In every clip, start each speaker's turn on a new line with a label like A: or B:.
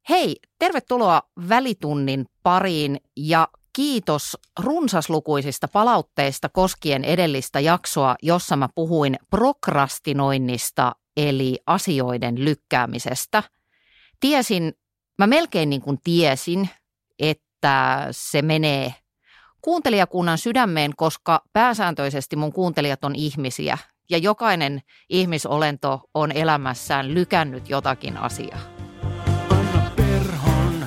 A: Hei, tervetuloa Välitunnin pariin ja kiitos runsaslukuisista palautteista koskien edellistä jaksoa, jossa mä puhuin prokrastinoinnista eli asioiden lykkäämisestä. Mä melkein niin kuin tiesin, että se menee kuuntelijakunnan sydämeen, koska pääsääntöisesti mun kuuntelijat on ihmisiä ja jokainen ihmisolento on elämässään lykännyt jotakin asiaa.
B: Anna Perhon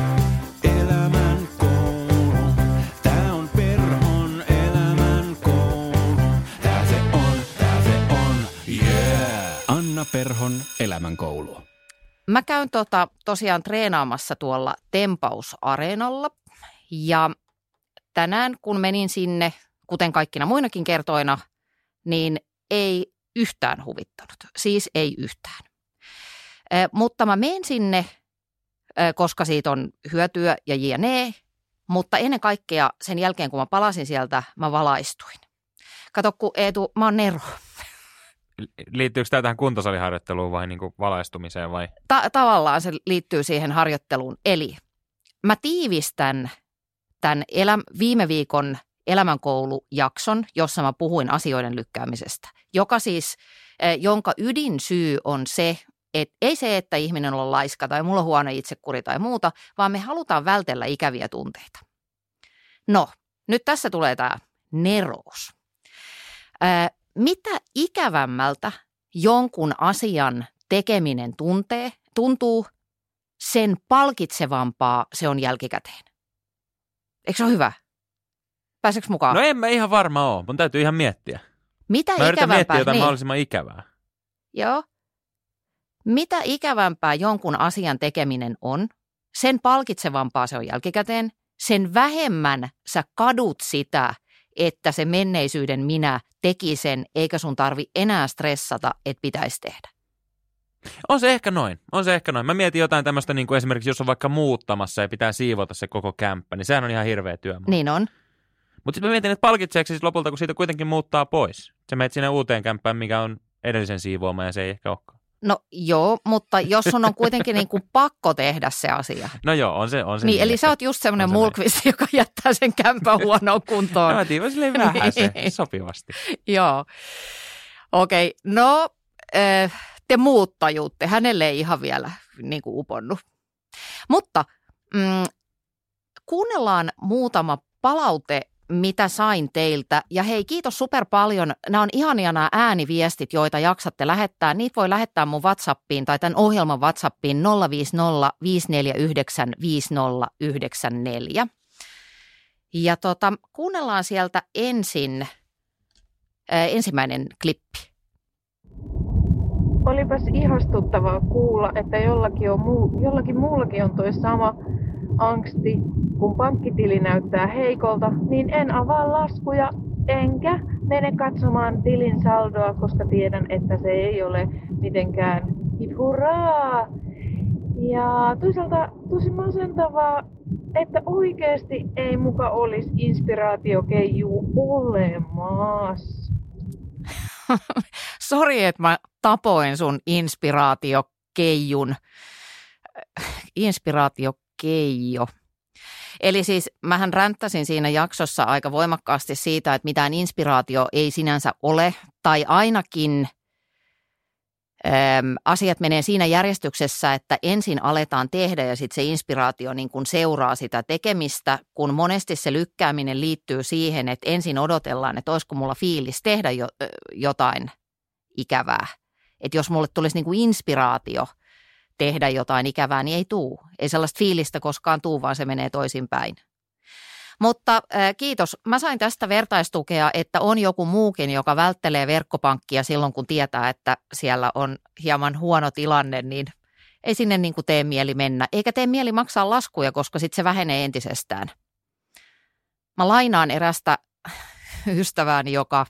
B: elämän koulu. Tää on Perhon elämän koulu. Tää se on, yeah. Anna Perhon elämän koulu.
A: Mä käyn tosiaan treenaamassa tuolla Tempaus-areenalla ja tänään kun menin sinne, kuten kaikkina muinakin kertoina, niin ei yhtään huvittanut. Siis ei yhtään. Mutta mä menen sinne, koska siitä on hyötyä ja jne. Mutta ennen kaikkea sen jälkeen, kun mä palasin sieltä, mä valaistuin. Kato, kun Eetu, mä oon Nero.
C: Liittyykö tämä tähän kuntosaliharjoitteluun vai niin kuin valaistumiseen vai?
A: Tavallaan se liittyy siihen harjoitteluun. Eli mä tiivistän tämän viime viikon elämänkoulujakson, jossa mä puhuin asioiden lykkäämisestä, jonka ydinsyy on se, että ei se, että ihminen on laiska tai mulla on huono itsekuri tai muuta, vaan me halutaan vältellä ikäviä tunteita. No, nyt tässä tulee tämä nerous. Mitä ikävämmältä jonkun asian tekeminen tuntuu, sen palkitsevampaa se on jälkikäteen. Eikö se ole hyvä? Pääseekö mukaan?
C: No en mä ihan varma ole. Mun täytyy ihan miettiä. Mä yritän miettiä jotain mahdollisimman ikävää.
A: Joo. Mitä ikävämpää jonkun asian tekeminen on, sen palkitsevampaa se on jälkikäteen. Sen vähemmän sä kadut sitä, että se menneisyyden minä teki sen, eikä sun tarvi enää stressata, että pitäisi tehdä.
C: On se ehkä noin. Mä mietin jotain tämmöistä, niin kuin esimerkiksi jos on vaikka muuttamassa ja pitää siivota se koko kämppä, niin sehän on ihan hirveä työmaa.
A: Niin on.
C: Mutta sitten mä mietin, että palkitseeko siis lopulta, kun siitä kuitenkin muuttaa pois. Sä menet sinne uuteen kämppään, mikä on edellisen siivoama ja se ei ehkä olekaan. No
A: joo, mutta jos sun on kuitenkin niin kuin pakko tehdä se asia.
C: No joo, on se.
A: Niin, eli sä oot just semmoinen mulkvisti, joka jättää sen kämpän huonoon kuntoon.
C: No mä tiivän silleen vähän se sopivasti.
A: Joo. Okei, no te muut tajuutte. Hänelle ei ihan vielä niin kuin uponnut. Mutta kuunnellaan muutama palaute, mitä sain teiltä. Ja hei, kiitos super paljon. Nämä on ihania nämä ääniviestit, joita jaksatte lähettää. Niitä voi lähettää mun WhatsAppiin tai tämän ohjelman WhatsAppiin 050 549 5094. Ja kuunnellaan sieltä ensimmäinen klippi.
D: Olipas ihastuttavaa kuulla, että jollakin muullakin on toi sama angsti. Kun pankkitili näyttää heikolta, niin en avaa laskuja enkä mene katsomaan tilin saldoa, koska tiedän, että se ei ole mitenkään hip hurraa. Ja toisaalta tosi masentavaa, että oikeasti ei muka olisi inspiraatiokeiju olemassa.
A: Sori, että mä tapoin sun inspiraatiokeijon. Inspiraatiokeijo. Eli siis mähän ränttäsin siinä jaksossa aika voimakkaasti siitä, että mitään inspiraatio ei sinänsä ole, tai ainakin asiat menee siinä järjestyksessä, että ensin aletaan tehdä ja sitten se inspiraatio niin kun seuraa sitä tekemistä, kun monesti se lykkääminen liittyy siihen, että ensin odotellaan, että olisiko mulla fiilis tehdä jotain ikävää. Että jos mulle tulisi niin kuin inspiraatio tehdä jotain ikävää, niin ei tuu. Ei sellaista fiilistä koskaan tuu, vaan se menee toisinpäin. Mutta kiitos. Mä sain tästä vertaistukea, että on joku muukin, joka välttelee verkkopankkia silloin, kun tietää, että siellä on hieman huono tilanne, niin ei sinne niin kuin tee mieli mennä. Eikä tee mieli maksaa laskuja, koska sitten se vähenee entisestään. Mä lainaan erästä ystävääni, joka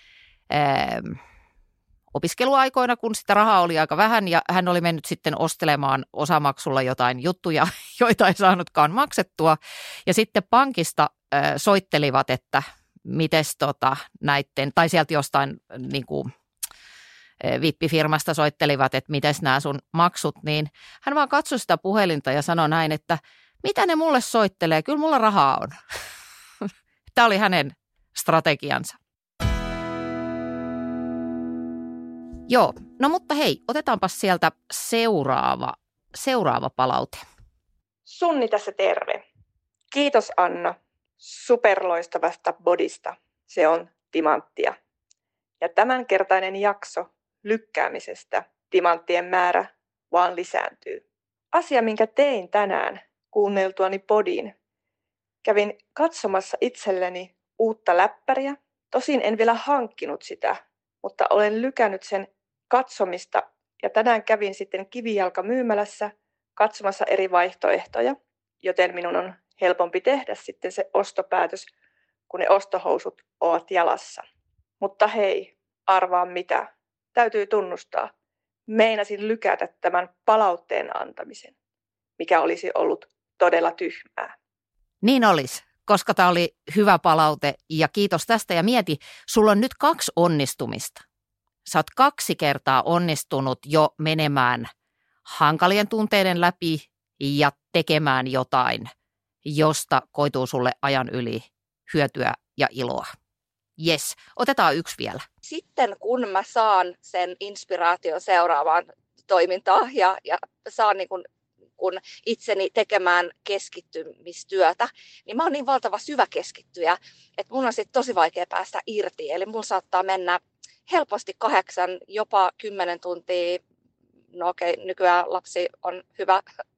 A: opiskeluaikoina, kun sitä rahaa oli aika vähän ja hän oli mennyt sitten ostelemaan osamaksulla jotain juttuja, joita ei saanutkaan maksettua. Ja sitten pankista soittelivat, että mites näitten, tai sieltä jostain niin kuin vippifirmasta soittelivat, että mites nämä sun maksut, niin hän vaan katsoi sitä puhelinta ja sanoi näin, että mitä ne mulle soittelee, kyllä mulla rahaa on. Tämä oli hänen strategiansa. Joo, no mutta hei, otetaanpas sieltä seuraava palaute.
E: Sunni tässä terve. Kiitos Anna superloistavasta bodista. Se on timanttia. Ja tämänkertainen jakso lykkäämisestä timanttien määrä vaan lisääntyy. Asia, minkä tein tänään kuunneltuani podin. Kävin katsomassa itselleni uutta läppäriä. Tosin en vielä hankkinut sitä, mutta olen lykännyt sen katsomista. Ja tänään kävin sitten kivijalkamyymälässä katsomassa eri vaihtoehtoja, joten minun on helpompi tehdä sitten se ostopäätös, kun ne ostohousut ovat jalassa. Mutta hei, arvaa mitä. Täytyy tunnustaa. Meinasin lykätä tämän palautteen antamisen, mikä olisi ollut todella tyhmää.
A: Niin olisi, koska tämä oli hyvä palaute ja kiitos tästä ja mieti, sulla on nyt 2 onnistumista. Sä oot 2 kertaa onnistunut jo menemään hankalien tunteiden läpi ja tekemään jotain, josta koituu sulle ajan yli hyötyä ja iloa. Jes, otetaan 1 vielä.
F: Sitten kun mä saan sen inspiraation seuraavaan toimintaan ja saan niin kun itseni tekemään keskittymistyötä, niin mä oon niin valtava syväkeskittyjä, että mun on sitten tosi vaikea päästä irti. Eli mun saattaa mennä helposti 8, jopa 10 tuntia. No okei, nykyään lapsi on hyvä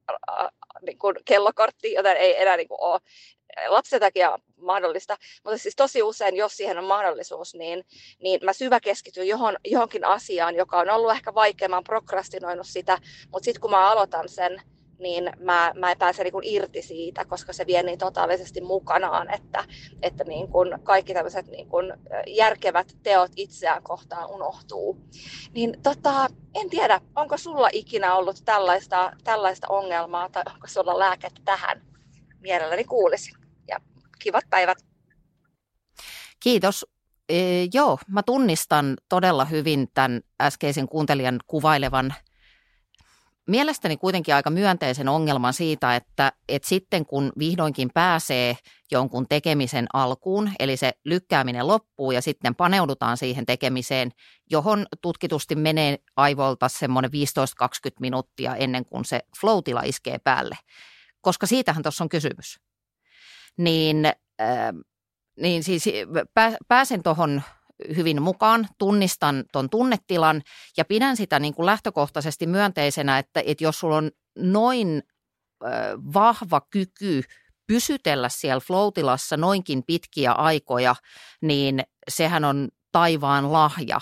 F: niin kuin kellokortti, joten ei enää niin kuin ole lapsen takia mahdollista. Mutta siis tosi usein, jos siihen on mahdollisuus, niin mä syväkeskityn johonkin asiaan, joka on ollut ehkä vaikea. Mä oon prokrastinoinut sitä, mutta sitten kun mä aloitan sen, niin mä en pääse niin kuin irti siitä, koska se vie niin totaalisesti mukanaan, että niin kuin kaikki tämmöiset niin kuin järkevät teot itseään kohtaan unohtuu. Niin en tiedä, onko sulla ikinä ollut tällaista ongelmaa tai onko sulla lääkettä tähän? Mielelläni kuulisin. Ja kivat päivät.
A: Kiitos. Joo, mä tunnistan todella hyvin tämän äskeisen kuuntelijan kuvailevan mielestäni kuitenkin aika myönteisen ongelman siitä, että sitten kun vihdoinkin pääsee jonkun tekemisen alkuun, eli se lykkääminen loppuu ja sitten paneudutaan siihen tekemiseen, johon tutkitusti menee aivoilta semmoinen 15-20 minuuttia ennen kuin se flow-tila iskee päälle, koska siitähän tuossa on kysymys. Niin siis pääsen tuohon hyvin mukaan, tunnistan ton tunnetilan ja pidän sitä niin kuin lähtökohtaisesti myönteisenä, että jos sulla on noin vahva kyky pysytellä siellä flow-tilassa noinkin pitkiä aikoja, niin sehän on taivaan lahja.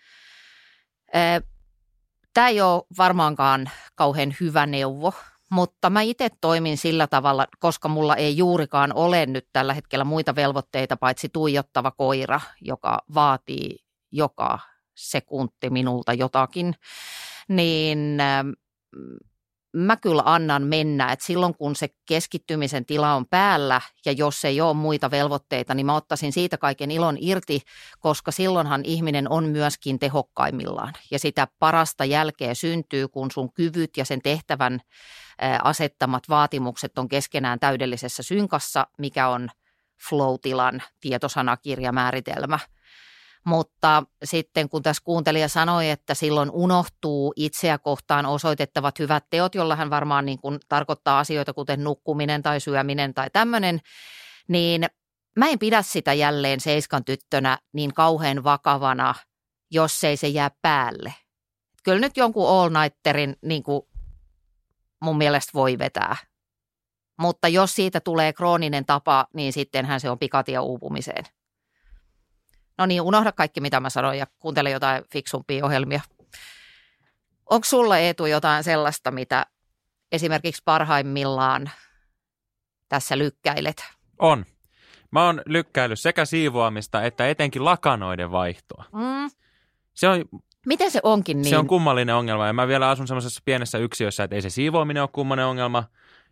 A: Tämä ei ole varmaankaan kauhean hyvä neuvo, mutta mä itse toimin sillä tavalla, koska mulla ei juurikaan ole nyt tällä hetkellä muita velvoitteita, paitsi tuijottava koira, joka vaatii joka sekunti minulta jotakin, niin mä kyllä annan mennä, että silloin kun se keskittymisen tila on päällä ja jos ei ole muita velvoitteita, niin mä ottaisin siitä kaiken ilon irti, koska silloinhan ihminen on myöskin tehokkaimmillaan. Ja sitä parasta jälkeä syntyy, kun sun kyvyt ja sen tehtävän asettamat vaatimukset on keskenään täydellisessä synkassa, mikä on flow-tilan tietosanakirjamääritelmä. Mutta sitten kun tässä kuuntelija sanoi, että silloin unohtuu itseä kohtaan osoitettavat hyvät teot, jolla hän varmaan niin kuin tarkoittaa asioita kuten nukkuminen tai syöminen tai tämmöinen, niin mä en pidä sitä jälleen 7 tyttönä niin kauhean vakavana, jos ei se jää päälle. Kyllä nyt jonkun all-nighterin niin kuin mun mielestä voi vetää. Mutta jos siitä tulee krooninen tapa, niin sittenhän se on pikatie uupumiseen. No niin, unohda kaikki, mitä mä sanoin ja kuuntele jotain fiksumpia ohjelmia. Onko sulla, Eetu, jotain sellaista, mitä esimerkiksi parhaimmillaan tässä lykkäilet?
C: On. Mä oon lykkäillyt sekä siivoamista että etenkin lakanoiden vaihtoa. Se on,
A: miten se onkin niin?
C: Se on kummallinen ongelma ja mä vielä asun semmoisessa pienessä yksiössä, että ei se siivoaminen ole kummonen ongelma.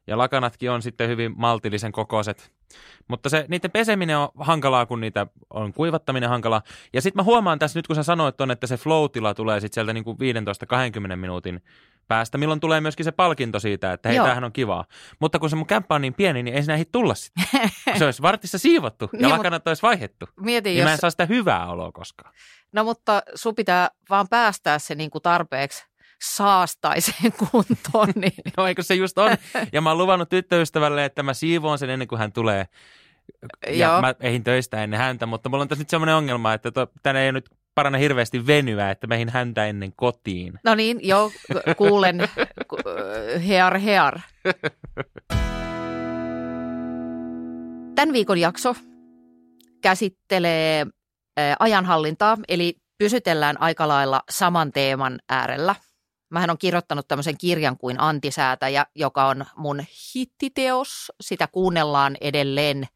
C: Ja lakanatkin on sitten hyvin maltillisen kokoiset. Mutta niiden peseminen on hankalaa, kun niitä on kuivattaminen hankalaa. Ja sitten mä huomaan tässä nyt, kun sä sanoit ton, että se flow-tila tulee sitten sieltä niin kuin 15-20 minuutin päästä, milloin tulee myöskin se palkinto siitä, että hei, tämähän on kivaa. Mutta kun se mun kämppä on niin pieni, niin ei sinä ehdi tulla sitten. Se olisi vartissa siivottu ja lakanat olisi vaihdettu.
A: Mietin,
C: niin mä en saa sitä hyvää oloa koskaan.
A: No mutta sun pitää vaan päästää se niin kuin tarpeeksi saastaiseen kuntoon. Niin.
C: No eikö se just on? Ja mä oon luvannut tyttöystävälle, että mä siivoon sen ennen kuin hän tulee. Ja mä ehdin töistä ennen häntä, mutta mulla on tässä nyt semmoinen ongelma, että tänne ei nyt parane hirveästi venyä, että mä ehdin häntä ennen kotiin.
A: No niin, joo, kuulen. Hear. Tämän viikon jakso käsittelee ajanhallintaa, eli pysytellään aika lailla saman teeman äärellä. Mähän on kirjoittanut tämmöisen kirjan kuin Antisäätäjä, joka on mun hittiteos. Sitä kuunnellaan edelleen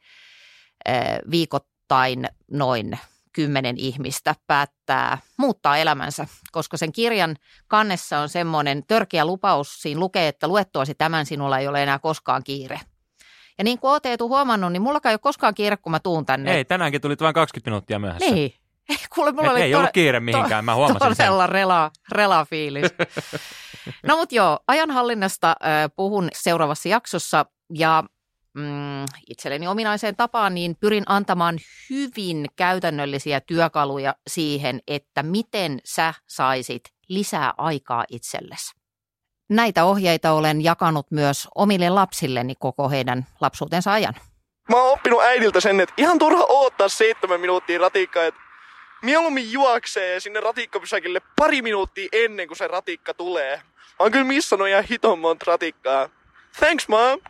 A: viikoittain noin 10 ihmistä päättää muuttaa elämänsä, koska sen kirjan kannessa on semmoinen törkeä lupaus. Siinä lukee, että luettuasi tämän sinulla ei ole enää koskaan kiire. Ja niin kuin oot Eetu huomannut, niin mullakaan ei ole koskaan kiire, kun mä tuun tänne.
C: Ei, tänäänkin tulit vain 20 minuuttia myöhässä.
A: Niin. Kuule, mulla oli
C: ei ollut kiire mihinkään, mä huomasin sen.
A: Todella rela-fiilis. No mut joo, ajanhallinnasta puhun seuraavassa jaksossa ja itselleni ominaiseen tapaan niin pyrin antamaan hyvin käytännöllisiä työkaluja siihen, että miten sä saisit lisää aikaa itsellesi. Näitä ohjeita olen jakanut myös omille lapsilleni koko heidän lapsuutensa ajan.
G: Mä oon oppinut äidiltä sen, että ihan turha odottaa 7 minuuttia ratikkaa, että mieluummin juoksee sinne ratikkapysäkille 2 minuuttia ennen kuin se ratikka tulee. Mä oon kyllä missannut ihan hiton monta ratikkaa. Thanks, mom!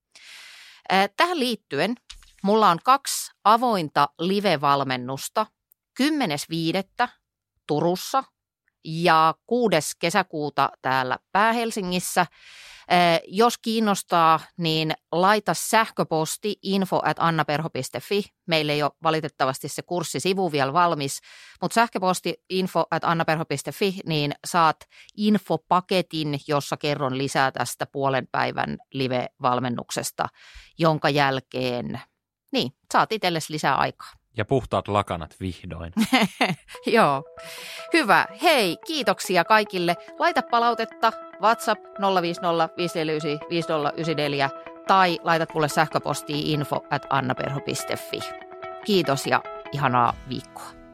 A: Tähän liittyen mulla on 2 avointa live-valmennusta 10.5. Turussa ja 6. kesäkuuta täällä Pää-Helsingissä. Jos kiinnostaa, niin laita sähköposti info@annaperho.fi. Meillä ei ole valitettavasti se kurssisivu vielä valmis, mutta sähköposti info@annaperho.fi, niin saat infopaketin, jossa kerron lisää tästä puolen päivän live-valmennuksesta, jonka jälkeen saat itsellesi lisää aikaa.
C: Ja puhtaat lakanat vihdoin.
A: Joo. Hyvä. Hei, kiitoksia kaikille. Laita palautetta WhatsApp 050 549 5094 tai laitat mulle sähköpostiin info@annaperho.fi. Kiitos ja ihanaa viikkoa.